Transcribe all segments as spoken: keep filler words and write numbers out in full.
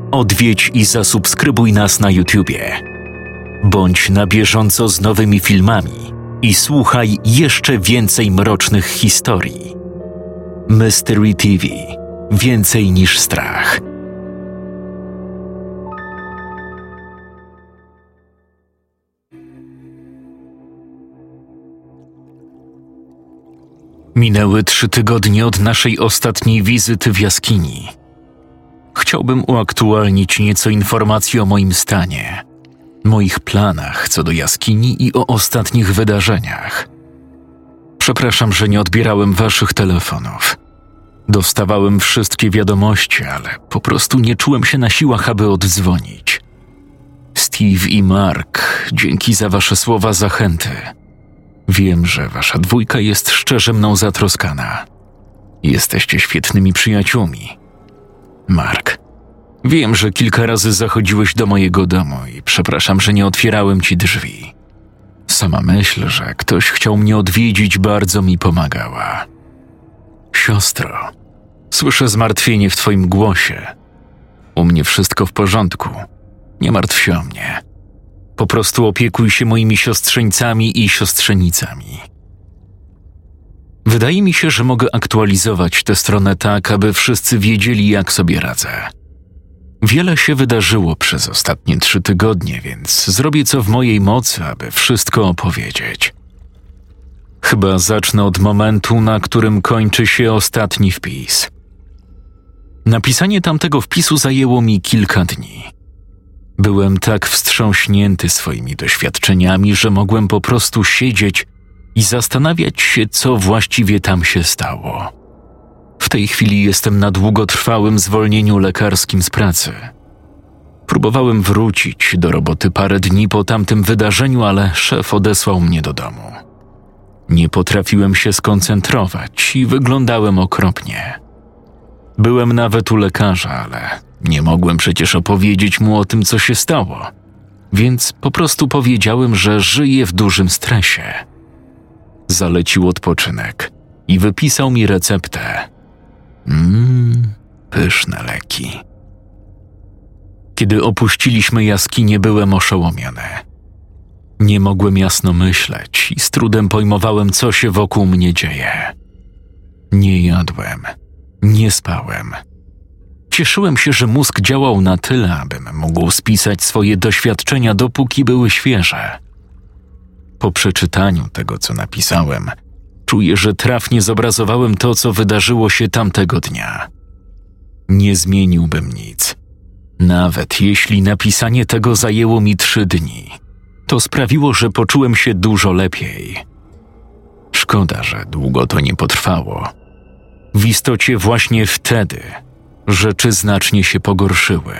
Odwiedź i zasubskrybuj nas na YouTubie. Bądź na bieżąco z nowymi filmami i słuchaj jeszcze więcej mrocznych historii. Mystery T V. Więcej niż strach. Minęły trzy tygodnie od naszej ostatniej wizyty w jaskini. Chciałbym uaktualnić nieco informacji o moim stanie, moich planach co do jaskini i o ostatnich wydarzeniach. Przepraszam, że nie odbierałem waszych telefonów. Dostawałem wszystkie wiadomości, ale po prostu nie czułem się na siłach, aby oddzwonić. Steve i Mark, dzięki za wasze słowa zachęty. Wiem, że wasza dwójka jest szczerze mną zatroskana. Jesteście świetnymi przyjaciółmi. Mark, wiem, że kilka razy zachodziłeś do mojego domu i przepraszam, że nie otwierałem ci drzwi. Sama myśl, że ktoś chciał mnie odwiedzić, bardzo mi pomagała. Siostro, słyszę zmartwienie w twoim głosie. U mnie wszystko w porządku. Nie martw się o mnie. Po prostu opiekuj się moimi siostrzeńcami i siostrzenicami. Wydaje mi się, że mogę aktualizować tę stronę tak, aby wszyscy wiedzieli, jak sobie radzę. Wiele się wydarzyło przez ostatnie trzy tygodnie, więc zrobię co w mojej mocy, aby wszystko opowiedzieć. Chyba zacznę od momentu, na którym kończy się ostatni wpis. Napisanie tamtego wpisu zajęło mi kilka dni. Byłem tak wstrząśnięty swoimi doświadczeniami, że mogłem po prostu siedzieć i zastanawiać się, co właściwie tam się stało. W tej chwili jestem na długotrwałym zwolnieniu lekarskim z pracy. Próbowałem wrócić do roboty parę dni po tamtym wydarzeniu, ale szef odesłał mnie do domu. Nie potrafiłem się skoncentrować i wyglądałem okropnie. Byłem nawet u lekarza, ale nie mogłem przecież opowiedzieć mu o tym, co się stało, więc po prostu powiedziałem, że żyję w dużym stresie. Zalecił odpoczynek i wypisał mi receptę. Mmm, pyszne leki. Kiedy opuściliśmy jaskinię, byłem oszołomiony. Nie mogłem jasno myśleć i z trudem pojmowałem, co się wokół mnie dzieje. Nie jadłem, nie spałem. Cieszyłem się, że mózg działał na tyle, abym mógł spisać swoje doświadczenia, dopóki były świeże. Po przeczytaniu tego, co napisałem, czuję, że trafnie zobrazowałem to, co wydarzyło się tamtego dnia. Nie zmieniłbym nic. Nawet jeśli napisanie tego zajęło mi trzy dni, to sprawiło, że poczułem się dużo lepiej. Szkoda, że długo to nie potrwało. W istocie właśnie wtedy rzeczy znacznie się pogorszyły.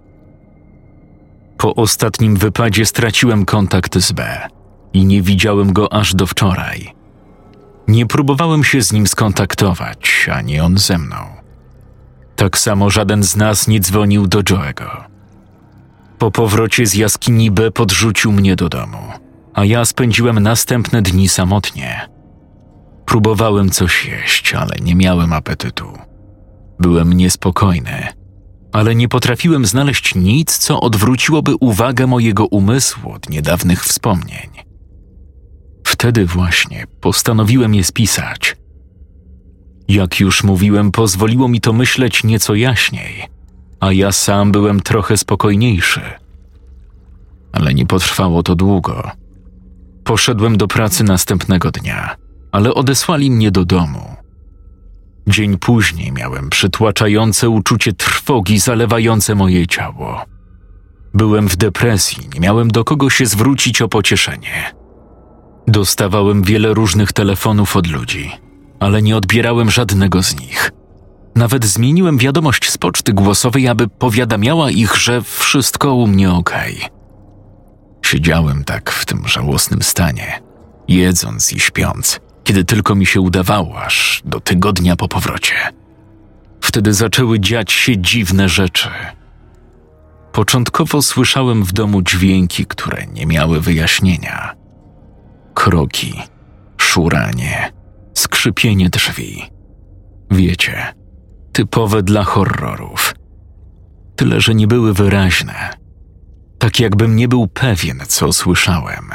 Po ostatnim wypadzie straciłem kontakt z B i nie widziałem go aż do wczoraj. Nie próbowałem się z nim skontaktować, ani on ze mną. Tak samo żaden z nas nie dzwonił do Joe'ego. Po powrocie z jaskini B podrzucił mnie do domu, a ja spędziłem następne dni samotnie. Próbowałem coś jeść, ale nie miałem apetytu. Byłem niespokojny, ale nie potrafiłem znaleźć nic, co odwróciłoby uwagę mojego umysłu od niedawnych wspomnień. Wtedy właśnie postanowiłem je spisać. Jak już mówiłem, pozwoliło mi to myśleć nieco jaśniej, a ja sam byłem trochę spokojniejszy. Ale nie potrwało to długo. Poszedłem do pracy następnego dnia, ale odesłali mnie do domu. Dzień później miałem przytłaczające uczucie trwogi zalewające moje ciało. Byłem w depresji, nie miałem do kogo się zwrócić o pocieszenie. Dostawałem wiele różnych telefonów od ludzi, ale nie odbierałem żadnego z nich. Nawet zmieniłem wiadomość z poczty głosowej, aby powiadamiała ich, że wszystko u mnie okej. Siedziałem tak w tym żałosnym stanie, jedząc i śpiąc, kiedy tylko mi się udawało, aż do tygodnia po powrocie. Wtedy zaczęły dziać się dziwne rzeczy. Początkowo słyszałem w domu dźwięki, które nie miały wyjaśnienia. Kroki, szuranie, skrzypienie drzwi. Wiecie, typowe dla horrorów. tyle że nie były wyraźne. Tak jakbym nie był pewien, co słyszałem.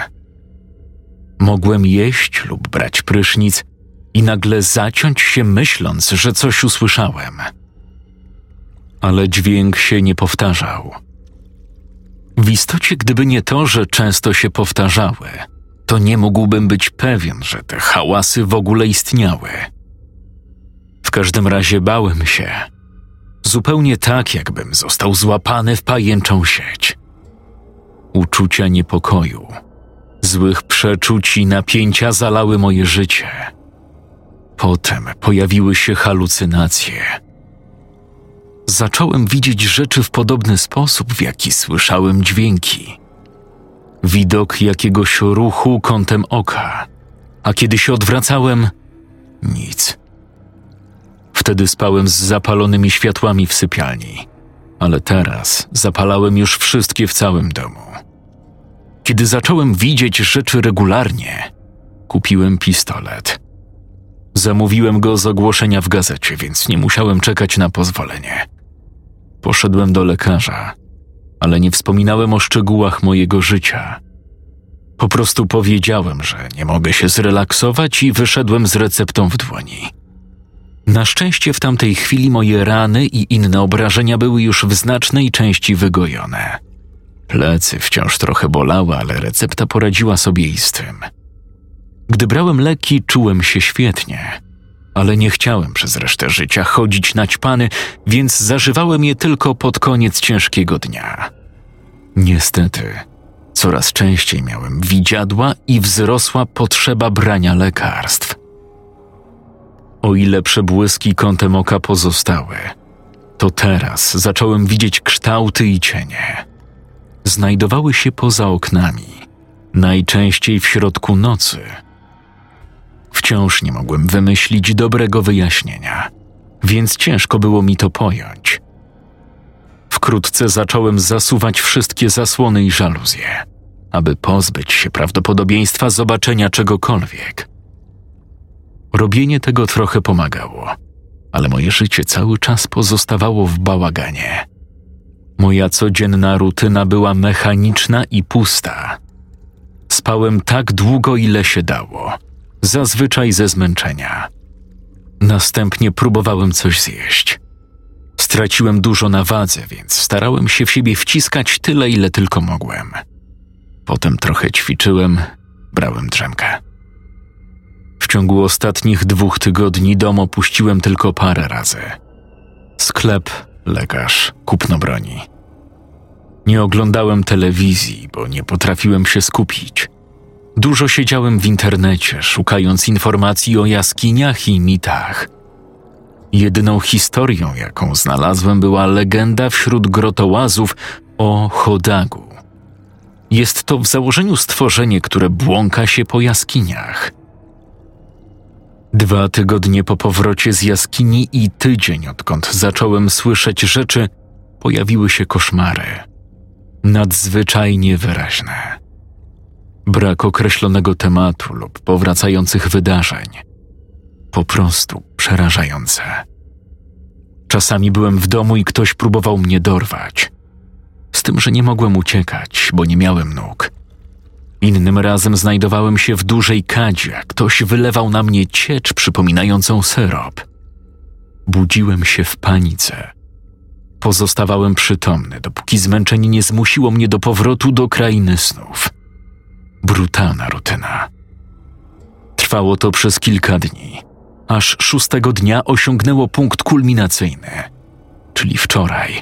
Mogłem jeść lub brać prysznic i nagle zaciąć się, myśląc, że coś usłyszałem. Ale dźwięk się nie powtarzał. W istocie, gdyby nie to, że często się powtarzały, to nie mógłbym być pewien, że te hałasy w ogóle istniały. W każdym razie bałem się. Zupełnie tak, jakbym został złapany w pajęczą sieć. Uczucia niepokoju, złych przeczuć i napięcia zalały moje życie. Potem pojawiły się halucynacje. Zacząłem widzieć rzeczy w podobny sposób, w jaki słyszałem dźwięki. Widok jakiegoś ruchu kątem oka, a kiedy się odwracałem, nic. Wtedy spałem z zapalonymi światłami w sypialni, ale teraz zapalałem już wszystkie w całym domu. Kiedy zacząłem widzieć rzeczy regularnie, kupiłem pistolet. Zamówiłem go z ogłoszenia w gazecie, więc nie musiałem czekać na pozwolenie. Poszedłem do lekarza, ale nie wspominałem o szczegółach mojego życia. Po prostu powiedziałem, że nie mogę się zrelaksować i wyszedłem z receptą w dłoni. Na szczęście w tamtej chwili moje rany i inne obrażenia były już w znacznej części wygojone. Plecy wciąż trochę bolały, ale recepta poradziła sobie i z tym. Gdy brałem leki, czułem się świetnie, ale nie chciałem przez resztę życia chodzić naćpany, więc zażywałem je tylko pod koniec ciężkiego dnia. Niestety, coraz częściej miałem widziadła i wzrosła potrzeba brania lekarstw. O ile przebłyski kątem oka pozostały, to teraz zacząłem widzieć kształty i cienie. Znajdowały się poza oknami, najczęściej w środku nocy. Wciąż nie mogłem wymyślić dobrego wyjaśnienia, więc ciężko było mi to pojąć. Wkrótce zacząłem zasuwać wszystkie zasłony i żaluzje, aby pozbyć się prawdopodobieństwa zobaczenia czegokolwiek. Robienie tego trochę pomagało, ale moje życie cały czas pozostawało w bałaganie. Moja codzienna rutyna była mechaniczna i pusta. Spałem tak długo, ile się dało, zazwyczaj ze zmęczenia. Następnie próbowałem coś zjeść. Straciłem dużo na wadze, więc starałem się w siebie wciskać tyle, ile tylko mogłem. Potem trochę ćwiczyłem, brałem drzemkę. W ciągu ostatnich dwóch tygodni dom opuściłem tylko parę razy. Sklep, lekarz, kupno broni. Nie oglądałem telewizji, bo nie potrafiłem się skupić. Dużo siedziałem w internecie, szukając informacji o jaskiniach i mitach. Jedyną historią, jaką znalazłem, była legenda wśród grotołazów o Hodagu. Jest to w założeniu stworzenie, które błąka się po jaskiniach. Dwa tygodnie po powrocie z jaskini i tydzień, odkąd zacząłem słyszeć rzeczy, pojawiły się koszmary. Nadzwyczajnie wyraźne. Brak określonego tematu lub powracających wydarzeń. Po prostu przerażające. Czasami byłem w domu i ktoś próbował mnie dorwać. Z tym, że nie mogłem uciekać, bo nie miałem nóg. Innym razem znajdowałem się w dużej kadzie, a ktoś wylewał na mnie ciecz przypominającą syrop. Budziłem się w panice. Pozostawałem przytomny, dopóki zmęczenie nie zmusiło mnie do powrotu do krainy snów. Brutalna rutyna. Trwało to przez kilka dni, aż szóstego dnia osiągnęło punkt kulminacyjny, czyli wczoraj.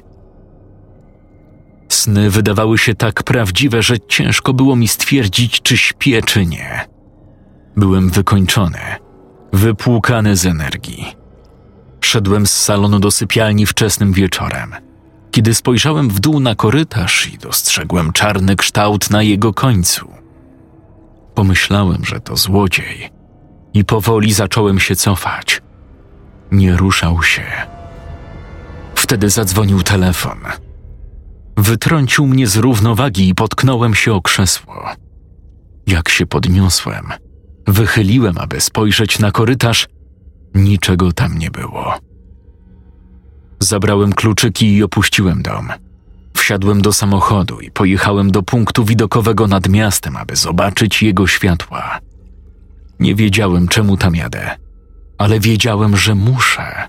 Sny wydawały się tak prawdziwe, że ciężko było mi stwierdzić, czy śpię, czy nie. Byłem wykończony, wypłukany z energii. Szedłem z salonu do sypialni wczesnym wieczorem, kiedy spojrzałem w dół na korytarz i dostrzegłem czarny kształt na jego końcu. Pomyślałem, że to złodziej i powoli zacząłem się cofać. Nie ruszał się. Wtedy zadzwonił telefon. Wytrącił mnie z równowagi i potknąłem się o krzesło. Jak się podniosłem, wychyliłem, aby spojrzeć na korytarz, niczego tam nie było. Zabrałem kluczyki i opuściłem dom. Wsiadłem do samochodu i pojechałem do punktu widokowego nad miastem, aby zobaczyć jego światła. Nie wiedziałem, czemu tam jadę, ale wiedziałem, że muszę.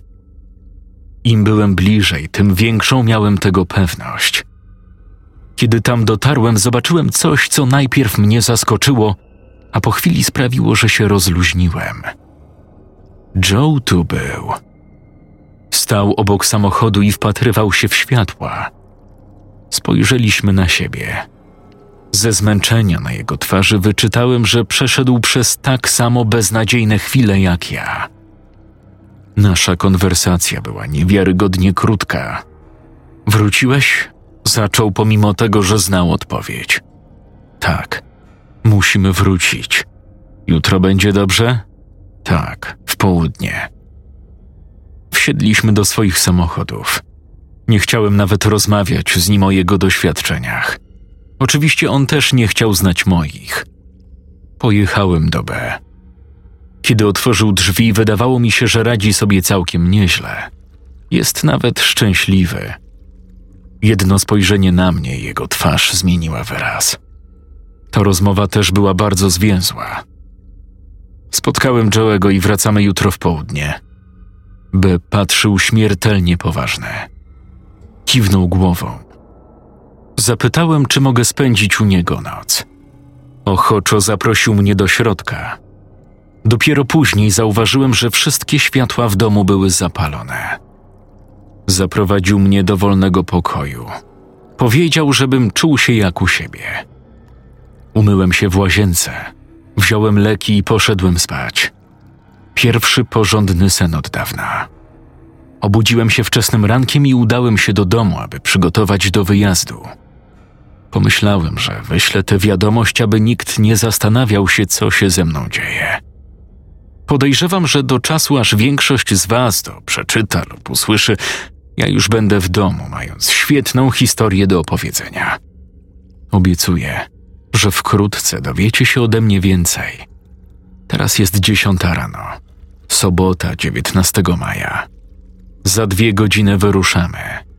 Im byłem bliżej, tym większą miałem tego pewność. Kiedy tam dotarłem, zobaczyłem coś, co najpierw mnie zaskoczyło, a po chwili sprawiło, że się rozluźniłem. Joe tu był. Stał obok samochodu i wpatrywał się w światła. Spojrzeliśmy na siebie. Ze zmęczenia na jego twarzy wyczytałem, że przeszedł przez tak samo beznadziejne chwile jak ja. Nasza konwersacja była niewiarygodnie krótka. Wróciłeś? Zaczął pomimo tego, że znał odpowiedź. Tak, musimy wrócić. Jutro będzie dobrze? Tak, w południe. Wsiedliśmy do swoich samochodów. Nie chciałem nawet rozmawiać z nim o jego doświadczeniach. Oczywiście on też nie chciał znać moich. Pojechałem do B. Kiedy otworzył drzwi, wydawało mi się, że radzi sobie całkiem nieźle. Jest nawet szczęśliwy. Jedno spojrzenie na mnie i jego twarz zmieniła wyraz. Ta rozmowa też była bardzo zwięzła. Spotkałem Joe'ego i wracamy jutro w południe. B patrzył śmiertelnie poważny. Kiwnął głową. Zapytałem, czy mogę spędzić u niego noc. Ochoczo zaprosił mnie do środka. Dopiero później zauważyłem, że wszystkie światła w domu były zapalone. Zaprowadził mnie do wolnego pokoju. Powiedział, żebym czuł się jak u siebie. Umyłem się w łazience, wziąłem leki i poszedłem spać. Pierwszy porządny sen od dawna. Obudziłem się wczesnym rankiem i udałem się do domu, aby przygotować do wyjazdu. Pomyślałem, że wyślę tę wiadomość, aby nikt nie zastanawiał się, co się ze mną dzieje. Podejrzewam, że do czasu, aż większość z was to przeczyta lub usłyszy, ja już będę w domu, mając świetną historię do opowiedzenia. Obiecuję, że wkrótce dowiecie się ode mnie więcej. Teraz jest dziesiąta rano, sobota dziewiętnastego maja. Za dwie godziny wyruszamy.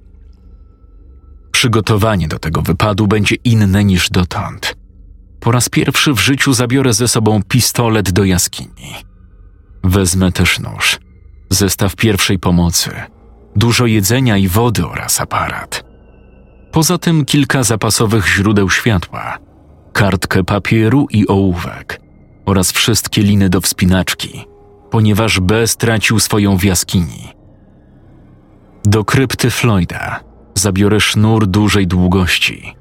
Przygotowanie do tego wypadu będzie inne niż dotąd. Po raz pierwszy w życiu zabiorę ze sobą pistolet do jaskini. Wezmę też nóż, zestaw pierwszej pomocy, dużo jedzenia i wody oraz aparat. Poza tym kilka zapasowych źródeł światła, kartkę papieru i ołówek oraz wszystkie liny do wspinaczki, ponieważ B stracił swoją w jaskini. Do krypty Floyda zabiorę sznur dużej długości.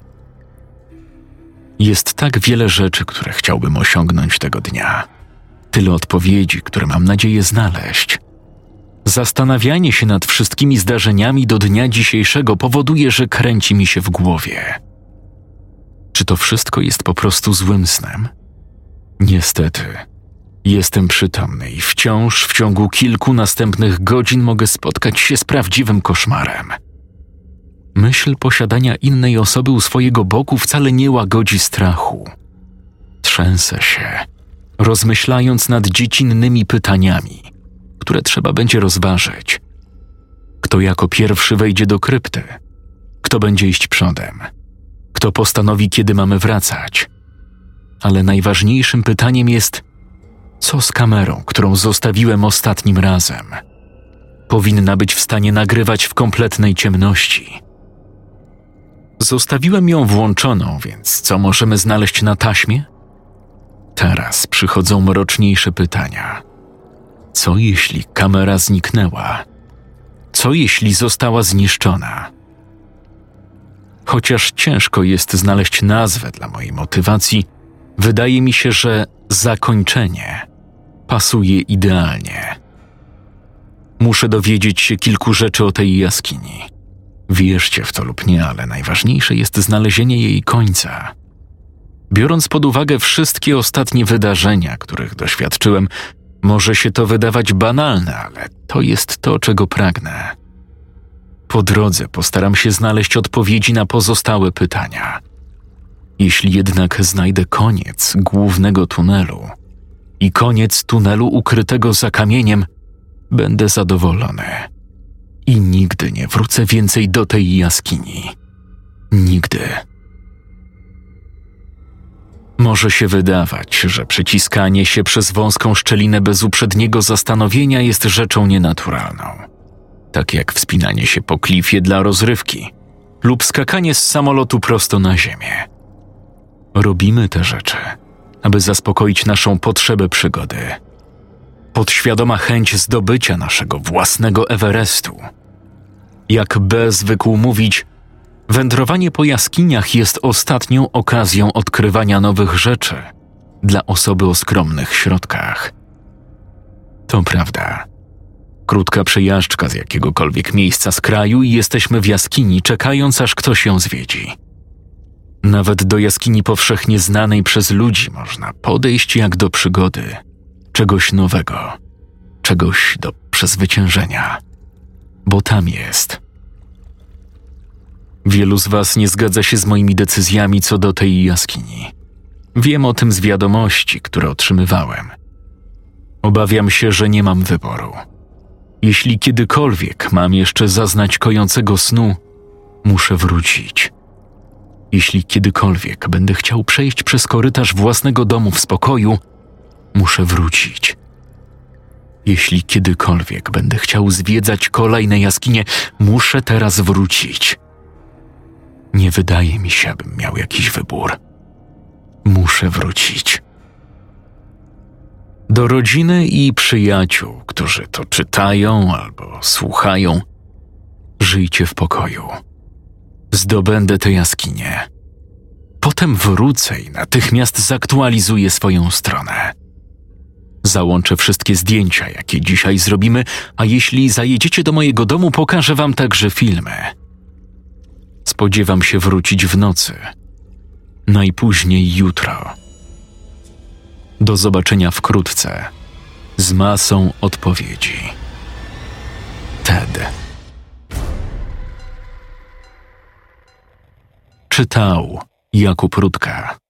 Jest tak wiele rzeczy, które chciałbym osiągnąć tego dnia. Tyle odpowiedzi, które mam nadzieję znaleźć. Zastanawianie się nad wszystkimi zdarzeniami do dnia dzisiejszego powoduje, że kręci mi się w głowie. Czy to wszystko jest po prostu złym snem? Niestety, jestem przytomny i wciąż w ciągu kilku następnych godzin mogę spotkać się z prawdziwym koszmarem. Myśl posiadania innej osoby u swojego boku wcale nie łagodzi strachu. Trzęsę się, rozmyślając nad dziecinnymi pytaniami, które trzeba będzie rozważyć. Kto jako pierwszy wejdzie do krypty? Kto będzie iść przodem? Kto postanowi, kiedy mamy wracać? Ale najważniejszym pytaniem jest, co z kamerą, którą zostawiłem ostatnim razem? Powinna być w stanie nagrywać w kompletnej ciemności. Zostawiłem ją włączoną, więc co możemy znaleźć na taśmie? Teraz przychodzą mroczniejsze pytania. Co jeśli kamera zniknęła? Co jeśli została zniszczona? Chociaż ciężko jest znaleźć nazwę dla mojej motywacji, wydaje mi się, że zakończenie pasuje idealnie. Muszę dowiedzieć się kilku rzeczy o tej jaskini. Wierzcie w to lub nie, ale najważniejsze jest znalezienie jej końca. Biorąc pod uwagę wszystkie ostatnie wydarzenia, których doświadczyłem, może się to wydawać banalne, ale to jest to, czego pragnę. Po drodze postaram się znaleźć odpowiedzi na pozostałe pytania. Jeśli jednak znajdę koniec głównego tunelu i koniec tunelu ukrytego za kamieniem, będę zadowolony. I nigdy nie wrócę więcej do tej jaskini. Nigdy. Może się wydawać, że przeciskanie się przez wąską szczelinę bez uprzedniego zastanowienia jest rzeczą nienaturalną. Tak jak wspinanie się po klifie dla rozrywki lub skakanie z samolotu prosto na ziemię. Robimy te rzeczy, aby zaspokoić naszą potrzebę przygody. Podświadoma chęć zdobycia naszego własnego Everestu. Jak B zwykł mówić, wędrowanie po jaskiniach jest ostatnią okazją odkrywania nowych rzeczy dla osoby o skromnych środkach. To prawda. Krótka przejażdżka z jakiegokolwiek miejsca z kraju i jesteśmy w jaskini, czekając aż ktoś ją zwiedzi. Nawet do jaskini powszechnie znanej przez ludzi można podejść jak do przygody, czegoś nowego, czegoś do przezwyciężenia, bo tam jest. Wielu z was nie zgadza się z moimi decyzjami co do tej jaskini. Wiem o tym z wiadomości, które otrzymywałem. Obawiam się, że nie mam wyboru. Jeśli kiedykolwiek mam jeszcze zaznać kojącego snu, muszę wrócić. Jeśli kiedykolwiek będę chciał przejść przez korytarz własnego domu w spokoju, muszę wrócić. Jeśli kiedykolwiek będę chciał zwiedzać kolejne jaskinie, muszę teraz wrócić. Nie wydaje mi się, abym miał jakiś wybór. Muszę wrócić. Do rodziny i przyjaciół, którzy to czytają albo słuchają, żyjcie w pokoju. Zdobędę tę jaskinię. Potem wrócę i natychmiast zaktualizuję swoją stronę. Załączę wszystkie zdjęcia, jakie dzisiaj zrobimy, a jeśli zajedziecie do mojego domu, pokażę wam także filmy. Spodziewam się wrócić w nocy. Najpóźniej jutro. Do zobaczenia wkrótce. Z masą odpowiedzi. Ted. Czytał Jakub Rutka.